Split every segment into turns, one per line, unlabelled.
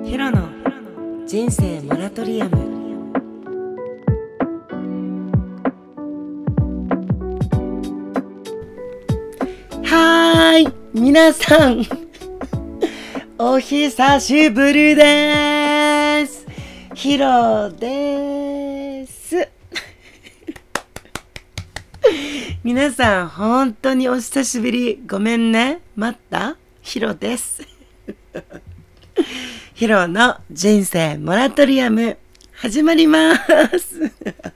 ヒロの人生モラトリアム。はーい、皆さんお久しぶりです。ヒロです皆さん本当にお久しぶり。ごめんね、待った。ヒロですヒロの人生モラトリアム始まります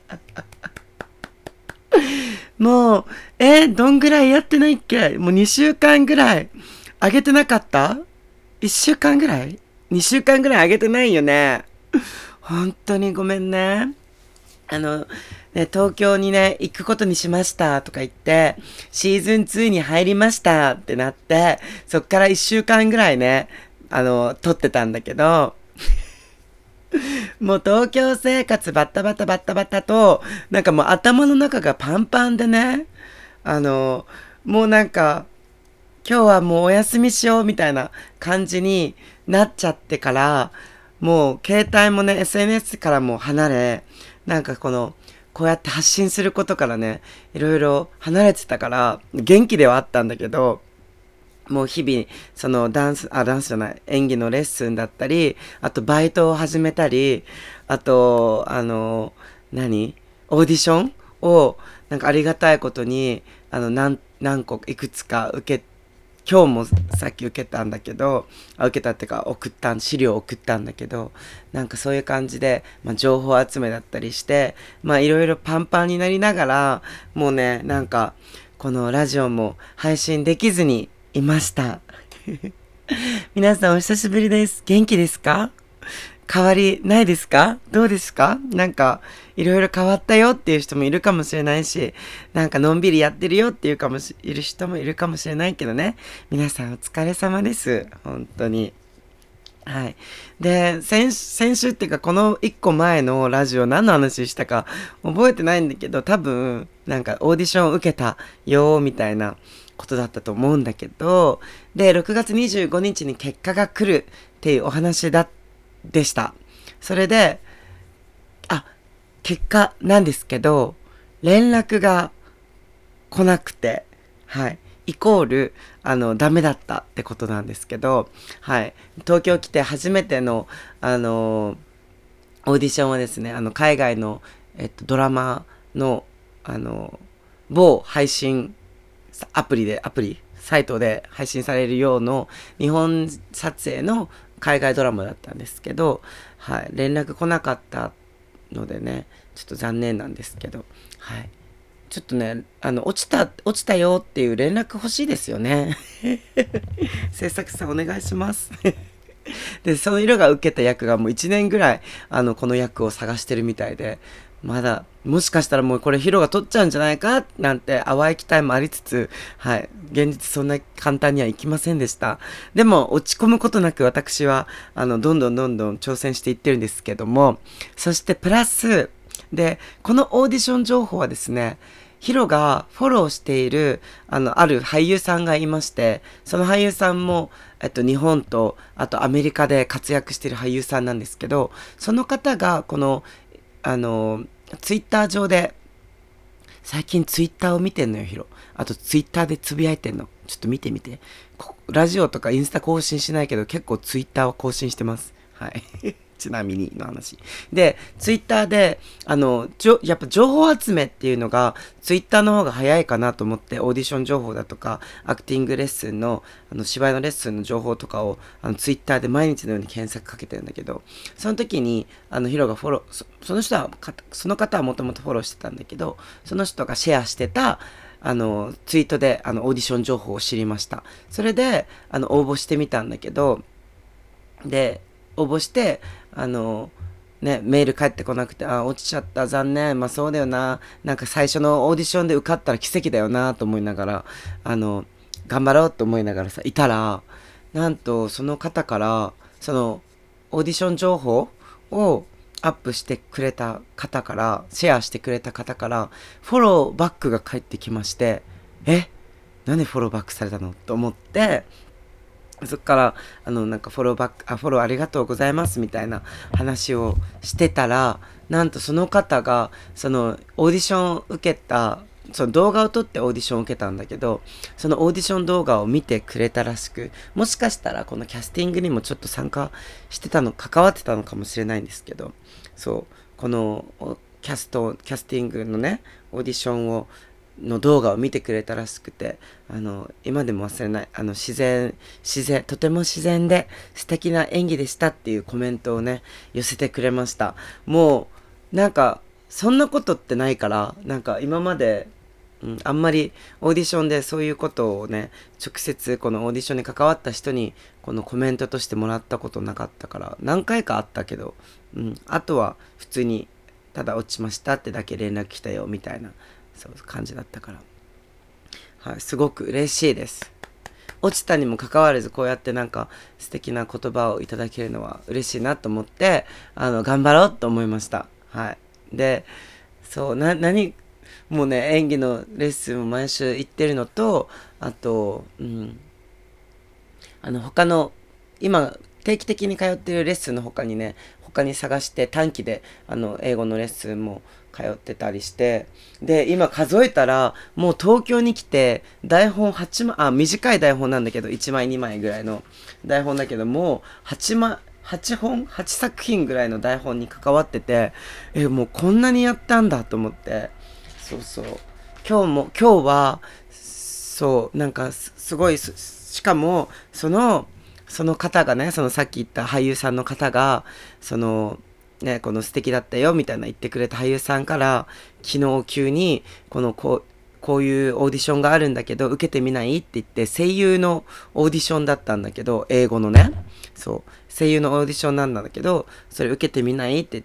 もうどんぐらいやってないっけ。もう2週間ぐらいあげてなかった。1週間ぐらい、2週間ぐらいあげてないよね。本当にごめんね。東京にね行くことにしましたとか言ってシーズン2に入りましたってなって、そっから1週間ぐらいね撮ってたんだけどもう東京生活バタバタバタバタと、なんかもう頭の中がパンパンでね、もうなんか今日はもうお休みしようみたいな感じになっちゃってから、もう携帯もね SNS からも離れ、なんかこうやって発信することからねいろいろ離れてたから、元気ではあったんだけど、もう日々そのダンスじゃない、演技のレッスンだったり、あとバイトを始めたり、あとオーディションをなんかありがたいことに何個いくつか今日もさっき受けたんだけど、受けたっていうか資料を送ったんだけど、なんかそういう感じで、情報集めだったりして、いろいろパンパンになりながら、もうねなんかこのラジオも配信できずにいました皆さんお久しぶりです。元気ですか？変わりないですか？どうですか？なんかいろいろ変わったよっていう人もいるかもしれないし、なんかのんびりやってるよっていういる人もいるかもしれないけどね。皆さんお疲れ様です。本当に。はい。で、先週っていうかこの1個前のラジオ何の話したか覚えてないんだけど、多分なんかオーディション受けたよみたいなことだったと思うんだけど、で6月25日に結果が来るっていうお話でした。それで結果なんですけど、連絡が来なくて、はい、イコールダメだったってことなんですけど、はい、東京来て初めてのオーディションはですね、海外のドラマの某配信アプリサイトで配信されるような日本撮影の海外ドラマだったんですけど、はい、連絡来なかったのでね、ちょっと残念なんですけど、はい、ちょっとね落ちたよっていう連絡欲しいですよね制作さんお願いしますでその色が受けた役がもう1年ぐらいこの役を探してるみたいで、まだもしかしたらもうこれヒロが取っちゃうんじゃないかなんて淡い期待もありつつ、はい、現実そんな簡単にはいきませんでした。でも落ち込むことなく私はどんどん挑戦していってるんですけども、そしてプラスでこのオーディション情報はですね、ヒロがフォローしているある俳優さんがいまして、その俳優さんも日本とあとアメリカで活躍している俳優さんなんですけど、その方がこのツイッター上で、最近ツイッターを見てんのよヒロ。あとツイッターでつぶやいてんの。ちょっと見てみて。ラジオとかインスタ更新しないけど結構ツイッターは更新してます。はいちなみにの話で、ツイッターでやっぱ情報集めっていうのがツイッターの方が早いかなと思って、オーディション情報だとかアクティングレッスンの芝居のレッスンの情報とかをツイッターで毎日のように検索かけてるんだけど、その時にヒロがフォロー、その方はもともとフォローしてたんだけど、その人がシェアしてたツイートでオーディション情報を知りました。それで応募してみたんだけど、で応募してメール返ってこなくて、落ちちゃった、残念、そうだよな、なんか最初のオーディションで受かったら奇跡だよなと思いながら頑張ろうと思いながらいたら、なんとその方からそのオーディション情報をアップしてくれた方から、シェアしてくれた方からフォローバックが返ってきまして、なんでフォローバックされたのと思って、 そっからなんかフォローバックフォローありがとうございますみたいな話をしてたら、なんとその方がそのオーディションを受けた、その動画を撮ってオーディションを受けたんだけど、そのオーディション動画を見てくれたらしく、もしかしたらこのキャスティングにもちょっと参加してたの、関わってたのかもしれないんですけど、そうこのキャスティングのねオーディションをの動画を見てくれたらしくて、今でも忘れない、自然、とても自然で素敵な演技でしたっていうコメントをね、寄せてくれました。もう、なんか、そんなことってないから、なんか今まで、あんまりオーディションでそういうことをね、直接このオーディションに関わった人に、このコメントとしてもらったことなかったから、何回かあったけど、あとは普通に、ただ落ちましたってだけ連絡来たよ、みたいな。そう感じだったから、はい、すごく嬉しいです。落ちたにもかかわらずこうやってなんか素敵な言葉をいただけるのは嬉しいなと思って、頑張ろうと思いました。はい。で、そうもうね、演技のレッスンを毎週行ってるのと、あと、他の今定期的に通ってるレッスンの他にね、他に探して短期で英語のレッスンも通ってたりして、で今数えたらもう東京に来て台本8枚、短い台本なんだけど1枚2枚ぐらいの台本だけども8作品ぐらいの台本に関わってて、もうこんなにやったんだと思って、そうそう、今日はそうなんかすごい、しかもその方がね、そのさっき言った俳優さんの方が、この素敵だったよみたいな言ってくれた俳優さんから、昨日急に、こういうオーディションがあるんだけど、受けてみないって言って、声優のオーディションだったんだけど、英語のね、そう、声優のオーディションなんだけど、それ受けてみないって言って、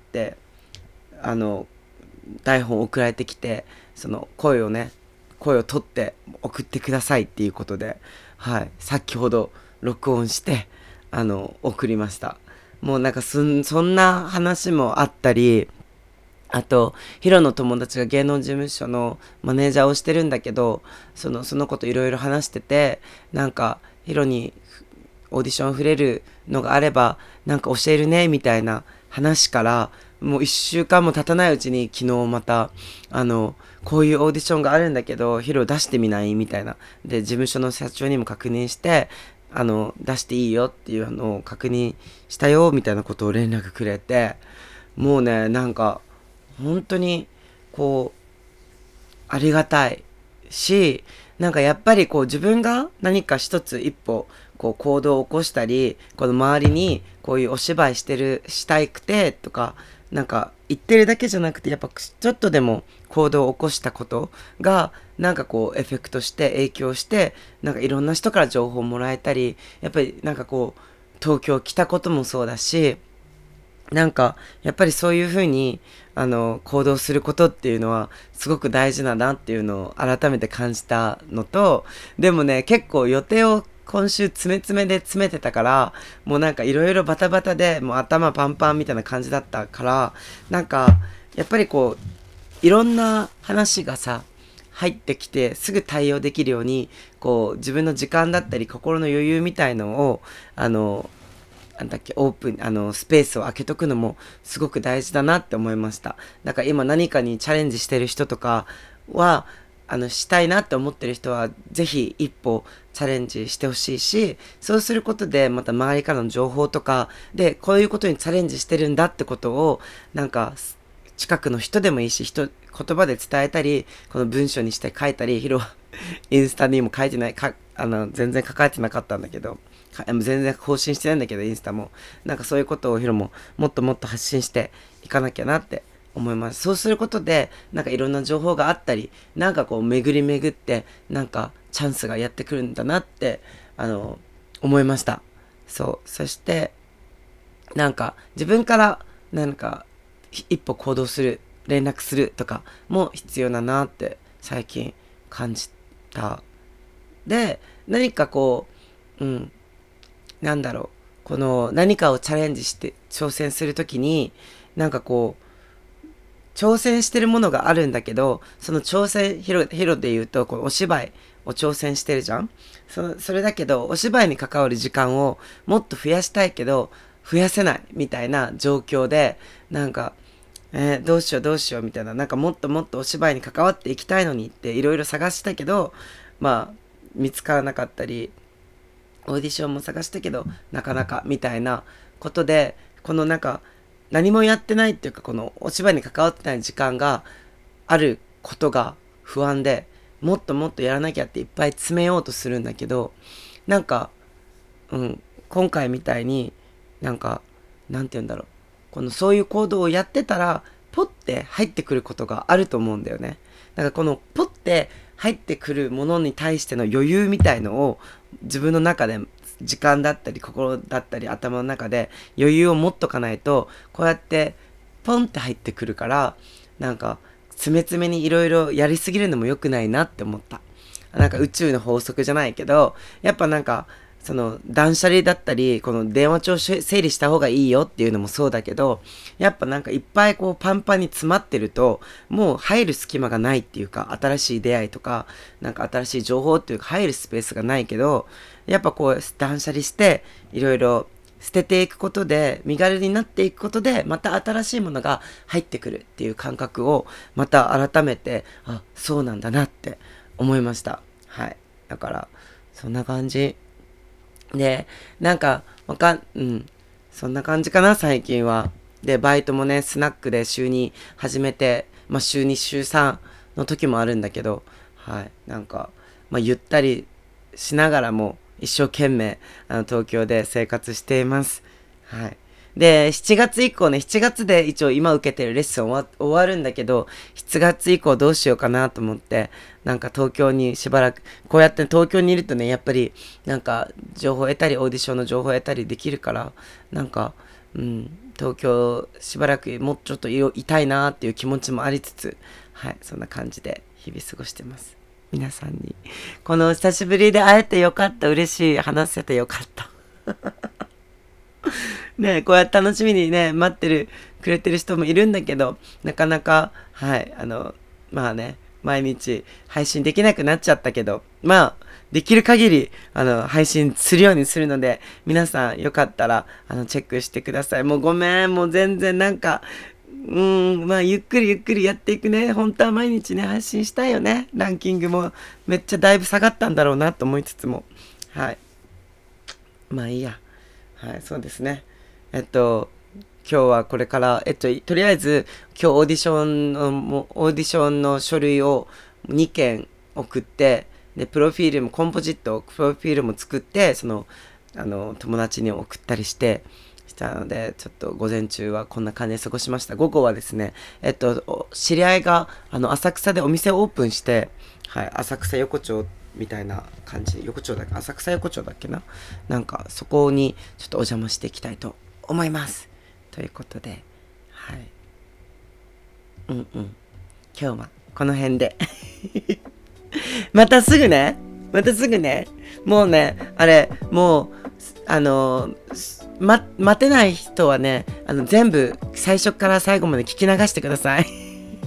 台本送られてきて、その声を取って送ってくださいっていうことで、はい、先ほど録音して送りました。もうなんかそんな話もあったり、あとヒロの友達が芸能事務所のマネージャーをしてるんだけど、そのこといろいろ話してて、なんかヒロにオーディション触れるのがあればなんか教えるねみたいな話から、もう1週間も経たないうちに昨日またこういうオーディションがあるんだけどヒロ出してみないみたいな、で事務所の社長にも確認して、出していいよっていうのを確認したよみたいなことを連絡くれて、もうね、なんか本当にこうありがたいし、なんかやっぱりこう自分が何か一つ一歩こう行動を起こしたり、この周りにこういうお芝居したいくてとか、なんか言ってるだけじゃなくて、やっぱちょっとでも行動を起こしたことがなんかこうエフェクトして影響して、なんかいろんな人から情報をもらえたり、やっぱりなんかこう東京来たこともそうだし、なんかやっぱりそういうふうに行動することっていうのはすごく大事だなっていうのを改めて感じたのと、でもね、結構予定を今週詰めで詰めてたから、もうなんかいろいろバタバタでもう頭パンパンみたいな感じだったから、なんかやっぱりこういろんな話がさ入ってきてすぐ対応できるように、こう自分の時間だったり心の余裕みたいのをなんだっけ、オープン、スペースを空けとくのもすごく大事だなって思いました。だから今何かにチャレンジしてる人とかは、したいなって思ってる人は、ぜひ一歩チャレンジしてほしいし、そうすることでまた周りからの情報とか、で、こういうことにチャレンジしてるんだってことを、なんか、近くの人でもいいし、言葉で伝えたり、この文章にして書いたり、インスタにも書いてない、全然書かれてなかったんだけど、全然更新してないんだけど、インスタも。なんかそういうことをヒロももっともっと発信していかなきゃなって思います。そうすることで、なんかいろんな情報があったり、なんかこう巡り巡って、なんかチャンスがやってくるんだなって、思いました。そう。そして、なんか自分からなんか一歩行動する、連絡するとかも必要だなって最近感じた。で、何かこう、なんだろう、この何かをチャレンジして挑戦するときに、なんかこう挑戦してるものがあるんだけど、その挑戦、ヒロで言うとこのお芝居を挑戦してるじゃん。それだけど、お芝居に関わる時間をもっと増やしたいけど、増やせないみたいな状況で、なんか、どうしようみたいな、なんかもっともっとお芝居に関わっていきたいのにっていろいろ探したけど、まあ、見つからなかったり、オーディションも探したけど、なかなかみたいなことで、このなんか、何もやってないっていうか、このお芝居に関わってない時間があることが不安で、もっともっとやらなきゃっていっぱい詰めようとするんだけど、なんか、今回みたいになんか、なんて言うんだろう。そういう行動をやってたら、ポッて入ってくることがあると思うんだよね。なんかこのポッて入ってくるものに対しての余裕みたいのを自分の中で時間だったり心だったり頭の中で余裕を持っとかないと、こうやってポンって入ってくるから、なんか詰め詰めにいろいろやりすぎるのも良くないなって思った。なんか宇宙の法則じゃないけど、やっぱなんかその断捨離だったり、この電話帳整理した方がいいよっていうのもそうだけど、やっぱなんかいっぱいこうパンパンに詰まってると、もう入る隙間がないっていうか、新しい出会いとか、なんか新しい情報っていうか入るスペースがないけど、やっぱこう断捨離して、いろいろ捨てていくことで、身軽になっていくことで、また新しいものが入ってくるっていう感覚を、また改めて、あ、そうなんだなって思いました。はい。だから、そんな感じ。で、なんか、そんな感じかな、最近は。で、バイトもね、スナックで週2始めて、まあ、週2、週3の時もあるんだけど、はい、なんか、まあ、ゆったりしながらも、一生懸命、東京で生活しています。はい。で、7月以降ね、7月で一応今受けてるレッスン終わるんだけど、7月以降どうしようかなと思って、なんか東京にしばらく、こうやって東京にいるとね、やっぱり、なんか情報を得たり、オーディションの情報を得たりできるから、なんか、東京しばらくもうちょっといたいなっていう気持ちもありつつ、はい、そんな感じで日々過ごしてます。皆さんに、この久しぶりで会えてよかった、嬉しい、話せてよかった。ね、こうやって楽しみにね、待ってくれてる人もいるんだけど、なかなか、はい、まあね、毎日配信できなくなっちゃったけど、まあ、できる限り、配信するようにするので、皆さんよかったら、チェックしてください。もうごめん、もう全然なんか、まあ、ゆっくりゆっくりやっていくね。本当は毎日ね、配信したいよね。ランキングもめっちゃだいぶ下がったんだろうなと思いつつも。はい。まあいいや。はい、そうですね。今日はこれから、とりあえず、今日オーディションの書類を2件送って、で、コンポジット、プロフィールも作って、友達に送ったりしたので、ちょっと午前中はこんな感じで過ごしました。午後はですね、知り合いが、浅草でお店をオープンして、はい、浅草横丁みたいな感じ、浅草横丁だっけな、なんかそこにちょっとお邪魔していきたいと思います。ということで、はい、今日はこの辺でまたすぐね、もうね、もう待てない人はね、全部最初から最後まで聞き流してください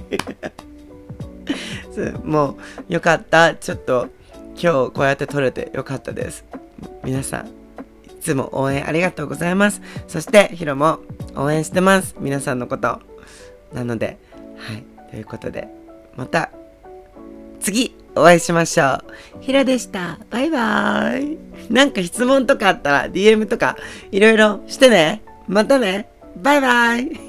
もうよかった。ちょっと今日こうやって撮れてよかったです。皆さんいつも応援ありがとうございます。そしてヒロも応援してます、皆さんのことなので、はい、ということでまた次お会いしましょう。ヒロでした。バイバーイ。なんか質問とかあったら DM とかいろいろしてね。またね。バイバイ。